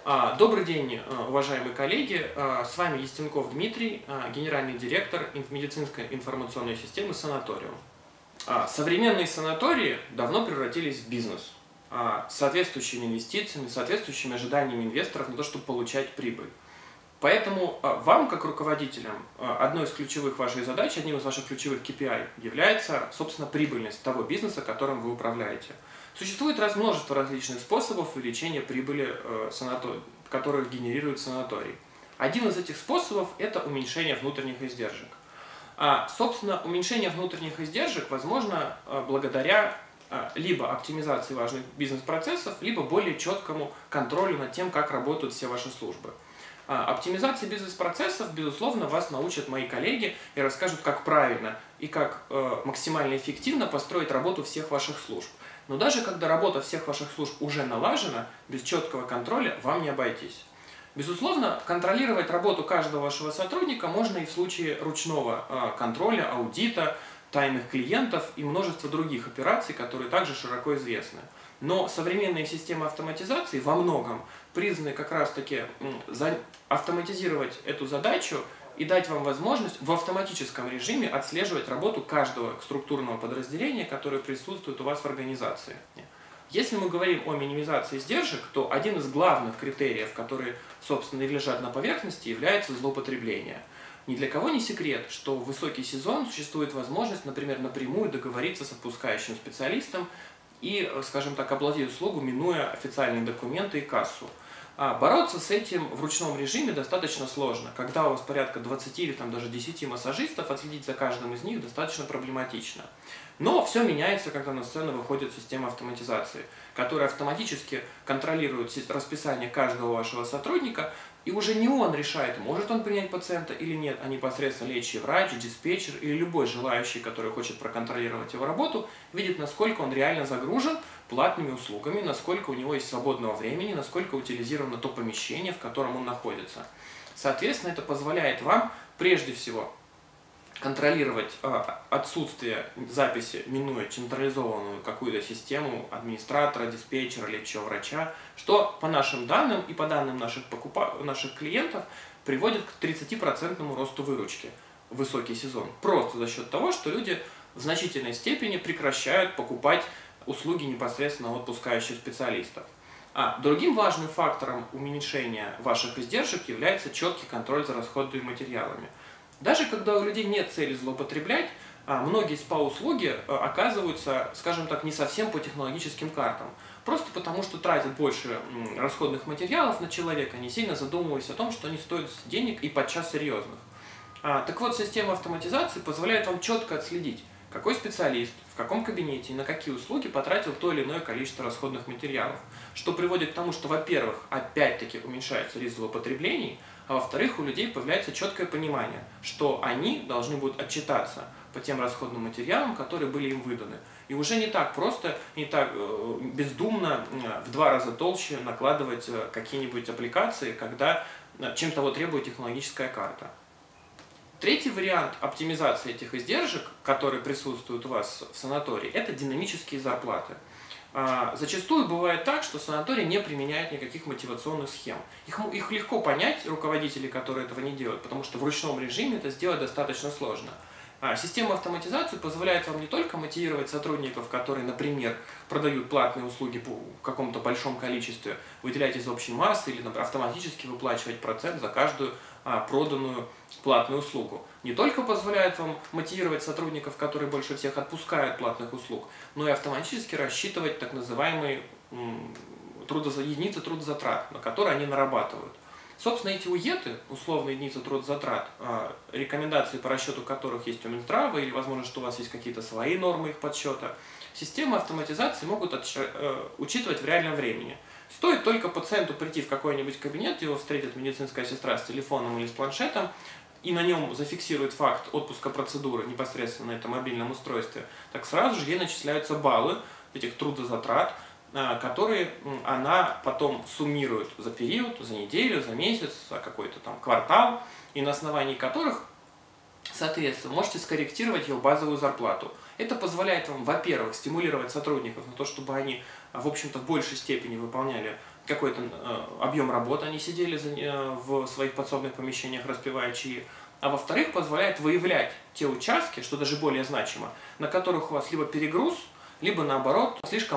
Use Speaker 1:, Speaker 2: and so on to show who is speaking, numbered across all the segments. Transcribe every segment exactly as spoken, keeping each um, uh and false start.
Speaker 1: А, Добрый день, а, уважаемые коллеги. А, С вами Естенков Дмитрий, а, генеральный директор инф- медицинской информационной системы «Санаториум». А, Современные санатории давно превратились в бизнес, а, с соответствующими инвестициями, соответствующими ожиданиями инвесторов на то, чтобы получать прибыль. Поэтому а, вам, как руководителям, а, одной из ключевых ваших задач, одним из ваших ключевых K P I является, собственно, прибыльность того бизнеса, которым вы управляете. Существует раз множество различных способов увеличения прибыли, э, санатор... которых генерирует санаторий. Один из этих способов – это уменьшение внутренних издержек. А, собственно, уменьшение внутренних издержек возможно а, благодаря а, либо оптимизации важных бизнес-процессов, либо более четкому контролю над тем, как работают все ваши службы. А, Оптимизации бизнес-процессов, безусловно, вас научат мои коллеги и расскажут, как правильно и как э, максимально эффективно построить работу всех ваших служб. Но даже когда работа всех ваших служб уже налажена, без четкого контроля вам не обойтись. Безусловно, контролировать работу каждого вашего сотрудника можно и в случае ручного э, контроля, аудита, тайных клиентов и множества других операций, которые также широко известны. Но современные системы автоматизации во многом призваны как раз-таки автоматизировать эту задачу и дать вам возможность в автоматическом режиме отслеживать работу каждого структурного подразделения, которое присутствует у вас в организации. Если мы говорим о минимизации издержек, то один из главных критериев, которые, собственно, и лежат на поверхности, является злоупотребление. Ни для кого не секрет, что в высокий сезон существует возможность, например, напрямую договориться с отпускающим специалистом и, скажем так, оплатить услугу, минуя официальные документы и кассу. А бороться с этим в ручном режиме достаточно сложно. Когда у вас порядка двадцати или там даже десяти массажистов, отследить за каждым из них достаточно проблематично. Но все меняется, когда на сцену выходит система автоматизации, которая автоматически контролирует расписание каждого вашего сотрудника, и уже не он решает, может он принять пациента или нет, а непосредственно лечащий врач, диспетчер или любой желающий, который хочет проконтролировать его работу, видит, насколько он реально загружен платными услугами, насколько у него есть свободного времени, насколько утилизировано то помещение, в котором он находится. Соответственно, это позволяет вам прежде всего контролировать э, отсутствие записи, минуя централизованную какую-то систему администратора, диспетчера, лечащего врача, что по нашим данным и по данным наших, покупа... наших клиентов приводит к тридцатипроцентному росту выручки в высокий сезон. Просто за счет того, что люди в значительной степени прекращают покупать услуги непосредственно от отпускающих специалистов. А другим важным фактором уменьшения ваших издержек является четкий контроль за расходными материалами. Даже когда у людей нет цели злоупотреблять, многие спа-услуги оказываются, скажем так, не совсем по технологическим картам. Просто потому, что тратят больше расходных материалов на человека, не сильно задумываясь о том, что они стоят денег и подчас серьезных. Так вот, система автоматизации позволяет вам четко отследить, какой специалист, в каком кабинете и на какие услуги потратил то или иное количество расходных материалов, что приводит к тому, что, во-первых, опять-таки уменьшается риск злоупотреблений, а во-вторых, у людей появляется четкое понимание, что они должны будут отчитаться по тем расходным материалам, которые были им выданы. И уже не так просто, не так э, бездумно э, в два раза толще накладывать э, какие-нибудь аппликации, когда э, чем того требует технологическая карта. Третий вариант оптимизации этих издержек, которые присутствуют у вас в санатории, это динамические зарплаты. Зачастую бывает так, что санаторий не применяет никаких мотивационных схем. Их, их легко понять, руководители, которые этого не делают, потому что в ручном режиме это сделать достаточно сложно. Система автоматизации позволяет вам не только мотивировать сотрудников, которые, например, продают платные услуги по какому-то большому количеству, выделять из общей массы или, например, автоматически выплачивать процент за каждую проданную платную услугу. Не только позволяет вам мотивировать сотрудников, которые больше всех отпускают платных услуг, но и автоматически рассчитывать так называемые трудоза... единицы трудозатрат, на которые они нарабатывают. Собственно, эти УЕТы, условные единицы трудозатрат, рекомендации по расчету которых есть у Минздрава, или, возможно, что у вас есть какие-то свои нормы их подсчета, системы автоматизации могут учитывать в реальном времени. Стоит только пациенту прийти в какой-нибудь кабинет, его встретит медицинская сестра с телефоном или с планшетом, и на нем зафиксирует факт отпуска процедуры непосредственно на этом мобильном устройстве, так сразу же ей начисляются баллы этих трудозатрат, которые она потом суммирует за период, за неделю, за месяц, за какой-то там квартал, и на основании которых, соответственно, можете скорректировать ее базовую зарплату. Это позволяет вам, во-первых, стимулировать сотрудников на то, чтобы они, в общем-то, в большей степени выполняли какой-то объем работы, они сидели в своих подсобных помещениях, распивая чаи, а во-вторых, позволяет выявлять те участки, что даже более значимо, на которых у вас либо перегруз, либо наоборот слишком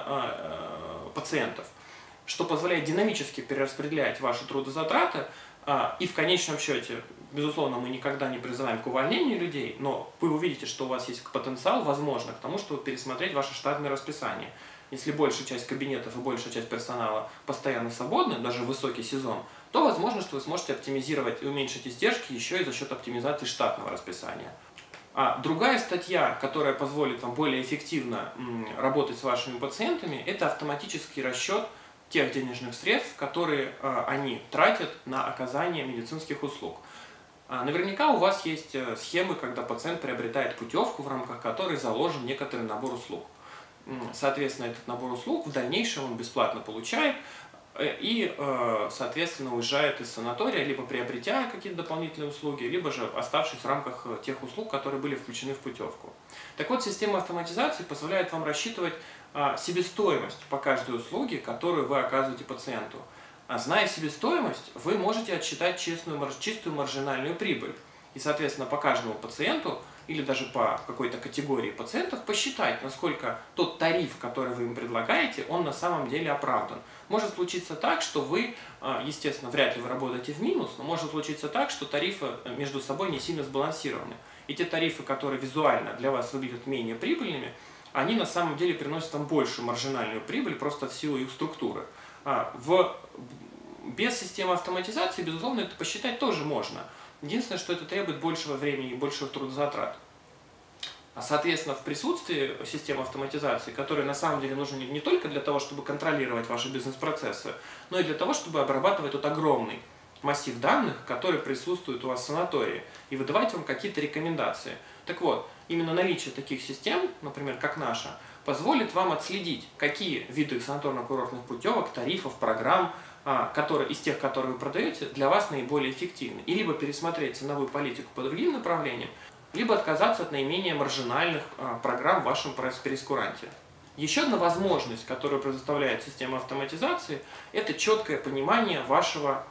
Speaker 1: мало пациентов, что позволяет динамически перераспределять ваши трудозатраты. И в конечном счете, безусловно, мы никогда не призываем к увольнению людей, но вы увидите, что у вас есть потенциал, возможно, к тому, чтобы пересмотреть ваше штатное расписание. Если большая часть кабинетов и большая часть персонала постоянно свободны, даже в высокий сезон, то возможно, что вы сможете оптимизировать и уменьшить издержки еще и за счет оптимизации штатного расписания. А другая статья, которая позволит вам более эффективно работать с вашими пациентами, это автоматический расчет тех денежных средств, которые э, они тратят на оказание медицинских услуг. А наверняка у вас есть схемы, когда пациент приобретает путевку, в рамках которой заложен некоторый набор услуг. Соответственно, этот набор услуг в дальнейшем он бесплатно получает и, э, соответственно, уезжает из санатория, либо приобретя какие-то дополнительные услуги, либо же оставшись в рамках тех услуг, которые были включены в путевку. Так вот, система автоматизации позволяет вам рассчитывать себестоимость по каждой услуге, которую вы оказываете пациенту. А зная себестоимость, вы можете отсчитать честную, чистую маржинальную прибыль. И, соответственно, по каждому пациенту или даже по какой-то категории пациентов посчитать, насколько тот тариф, который вы им предлагаете, он на самом деле оправдан. Может случиться так, что вы, естественно, вряд ли вы работаете в минус, но может случиться так, что тарифы между собой не сильно сбалансированы. И те тарифы, которые визуально для вас выглядят менее прибыльными, они на самом деле приносят вам большую маржинальную прибыль просто в силу их структуры. А в, без системы автоматизации, безусловно, это посчитать тоже можно. Единственное, что это требует большего времени и больших трудозатрат. А соответственно, в присутствии системы автоматизации, которая на самом деле нужна не только для того, чтобы контролировать ваши бизнес-процессы, но и для того, чтобы обрабатывать тот огромный массив данных, который присутствует у вас в санатории, и выдавать вам какие-то рекомендации. Так вот, именно наличие таких систем, например, как наша, позволит вам отследить, какие виды санаторно-курортных путевок, тарифов, программ, которые, из тех, которые вы продаете, для вас наиболее эффективны. И либо пересмотреть ценовую политику по другим направлениям, либо отказаться от наименее маржинальных программ в вашем прайс-прескуранте. Еще одна возможность, которую предоставляет система автоматизации, это четкое понимание вашего,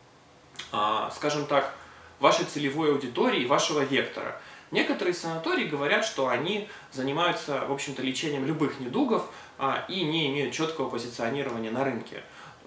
Speaker 1: скажем так, вашей целевой аудитории и вашего вектора. Некоторые санатории говорят, что они занимаются, в общем-то, лечением любых недугов а, и не имеют четкого позиционирования на рынке.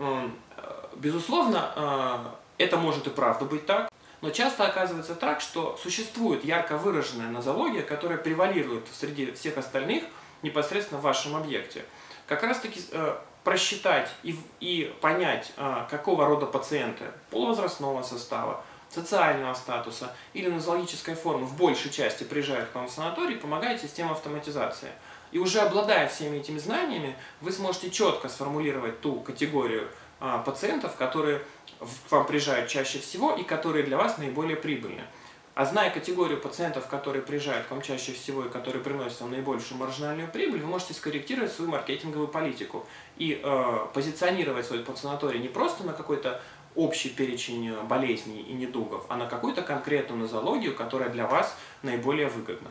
Speaker 1: Безусловно, а, это может и правда быть так, но часто оказывается так, что существует ярко выраженная нозология, которая превалирует среди всех остальных непосредственно в вашем объекте. Как раз таки а, просчитать и, и понять, а, какого рода пациенты полувозрастного состава, социального статуса или нозологической формы в большей части приезжают к вам в санаторий, помогает система автоматизации. И уже обладая всеми этими знаниями, вы сможете четко сформулировать ту категорию а, пациентов, которые к вам приезжают чаще всего и которые для вас наиболее прибыльны. А зная категорию пациентов, которые приезжают к вам чаще всего и которые приносят вам наибольшую маржинальную прибыль, вы можете скорректировать свою маркетинговую политику и э, позиционировать свой санаторий не просто на какой-то общий перечень болезней и недугов, а на какую-то конкретную нозологию, которая для вас наиболее выгодна.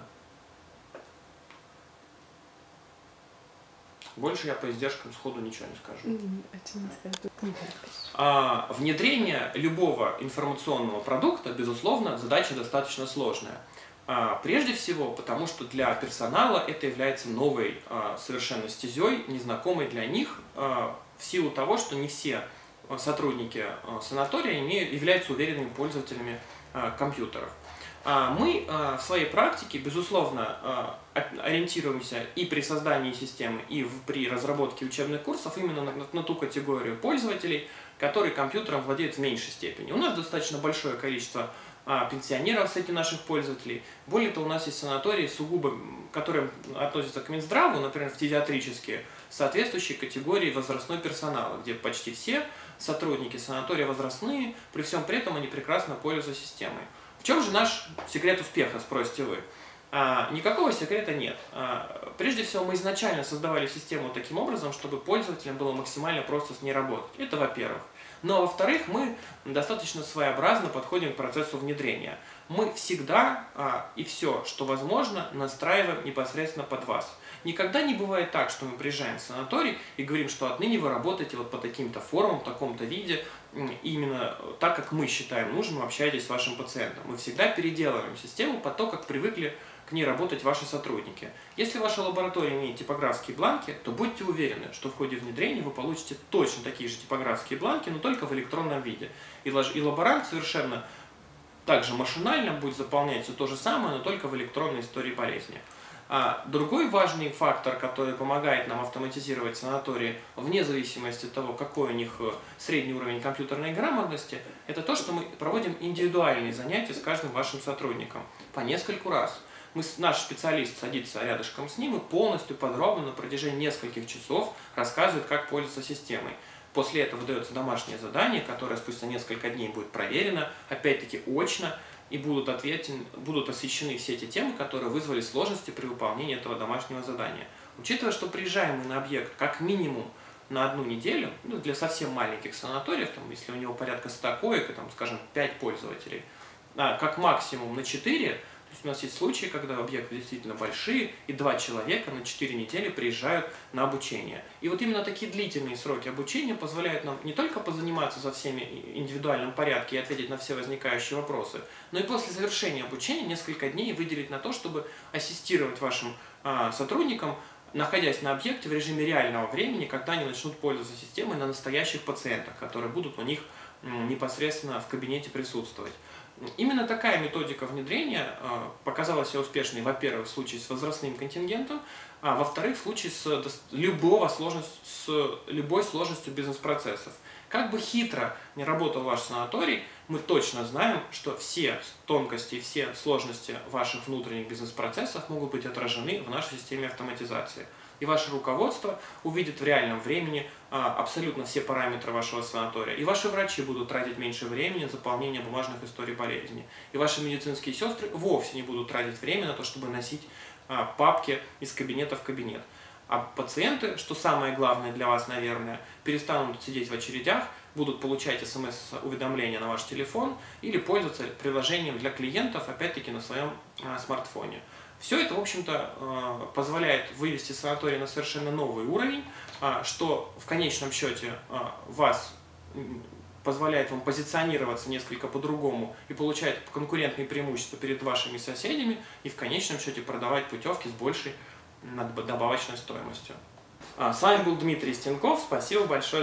Speaker 1: Больше я по издержкам сходу ничего не скажу. А, внедрение любого информационного продукта, безусловно, задача достаточно сложная. А, прежде всего, потому что для персонала это является новой а, совершенно стезей, незнакомой для них, а, в силу того, что не все сотрудники санатория имеют, являются уверенными пользователями а, компьютеров. А мы а, в своей практике, безусловно, а, ориентируемся и при создании системы, и в, при разработке учебных курсов именно на, на, на ту категорию пользователей, которые компьютером владеют в меньшей степени. У нас достаточно большое количество а, пенсионеров среди наших пользователей. Более того, у нас есть санатории, сугубо, которые относятся к Минздраву, например, в фтизиатрические, соответствующие категории возрастной персонала, где почти все сотрудники санатория возрастные, при всем при этом они прекрасно пользуются системой. В чем же наш секрет успеха, спросите вы? А, никакого секрета нет. А, прежде всего, мы изначально создавали систему таким образом, чтобы пользователям было максимально просто с ней работать. Это во-первых. Но, во-вторых, мы достаточно своеобразно подходим к процессу внедрения. Мы всегда а, и все, что возможно, настраиваем непосредственно под вас. Никогда не бывает так, что мы приезжаем в санаторий и говорим, что отныне вы работаете вот по таким-то формам, в таком-то виде, именно так, как мы считаем нужным, общаетесь с вашим пациентом. Мы всегда переделываем систему под то, как привыкли к ней работать ваши сотрудники. Если ваша лаборатория имеет типографские бланки, то будьте уверены, что в ходе внедрения вы получите точно такие же типографские бланки, но только в электронном виде. И лаборант совершенно также машинально будет заполнять все то же самое, но только в электронной истории болезни. А другой важный фактор, который помогает нам автоматизировать санатории, вне зависимости от того, какой у них средний уровень компьютерной грамотности, это то, что мы проводим индивидуальные занятия с каждым вашим сотрудником по нескольку раз. Мы, наш специалист садится рядышком с ним и полностью подробно на протяжении нескольких часов рассказывает, как пользоваться системой. После этого выдается домашнее задание, которое спустя несколько дней будет проверено, опять-таки очно, и будут, ответен, будут освещены все эти темы, которые вызвали сложности при выполнении этого домашнего задания. Учитывая, что приезжаем мы на объект как минимум на одну неделю, ну, для совсем маленьких санаториев, там, если у него порядка ста коек, и, там, скажем, пять пользователей, а, как максимум на четыре, то есть у нас есть случаи, когда объекты действительно большие, и два человека на четыре недели приезжают на обучение. И вот именно такие длительные сроки обучения позволяют нам не только позаниматься со всеми в индивидуальном порядке и ответить на все возникающие вопросы, но и после завершения обучения несколько дней выделить на то, чтобы ассистировать вашим а, сотрудникам, находясь на объекте в режиме реального времени, когда они начнут пользоваться системой на настоящих пациентах, которые будут у них непосредственно в кабинете присутствовать. Именно такая методика внедрения показала себя успешной, во-первых, в случае с возрастным контингентом, а во-вторых, в случае с, любого сложность, с любой сложностью бизнес-процессов. Как бы хитро не работал ваш санаторий, мы точно знаем, что все тонкости и все сложности ваших внутренних бизнес-процессов могут быть отражены в нашей системе автоматизации. И ваше руководство увидит в реальном времени а, абсолютно все параметры вашего санатория. И ваши врачи будут тратить меньше времени на заполнение бумажных историй болезни. И ваши медицинские сестры вовсе не будут тратить время на то, чтобы носить а, папки из кабинета в кабинет. А пациенты, что самое главное для вас, наверное, перестанут сидеть в очередях, будут получать смс-уведомления на ваш телефон или пользоваться приложением для клиентов, опять-таки, на своем а, смартфоне. Все это, в общем-то, позволяет вывести санаторий на совершенно новый уровень, что в конечном счете вас позволяет вам позиционироваться несколько по-другому и получать конкурентные преимущества перед вашими соседями и в конечном счете продавать путевки с большей добавочной стоимостью. С вами был Дмитрий Стенков. Спасибо большое.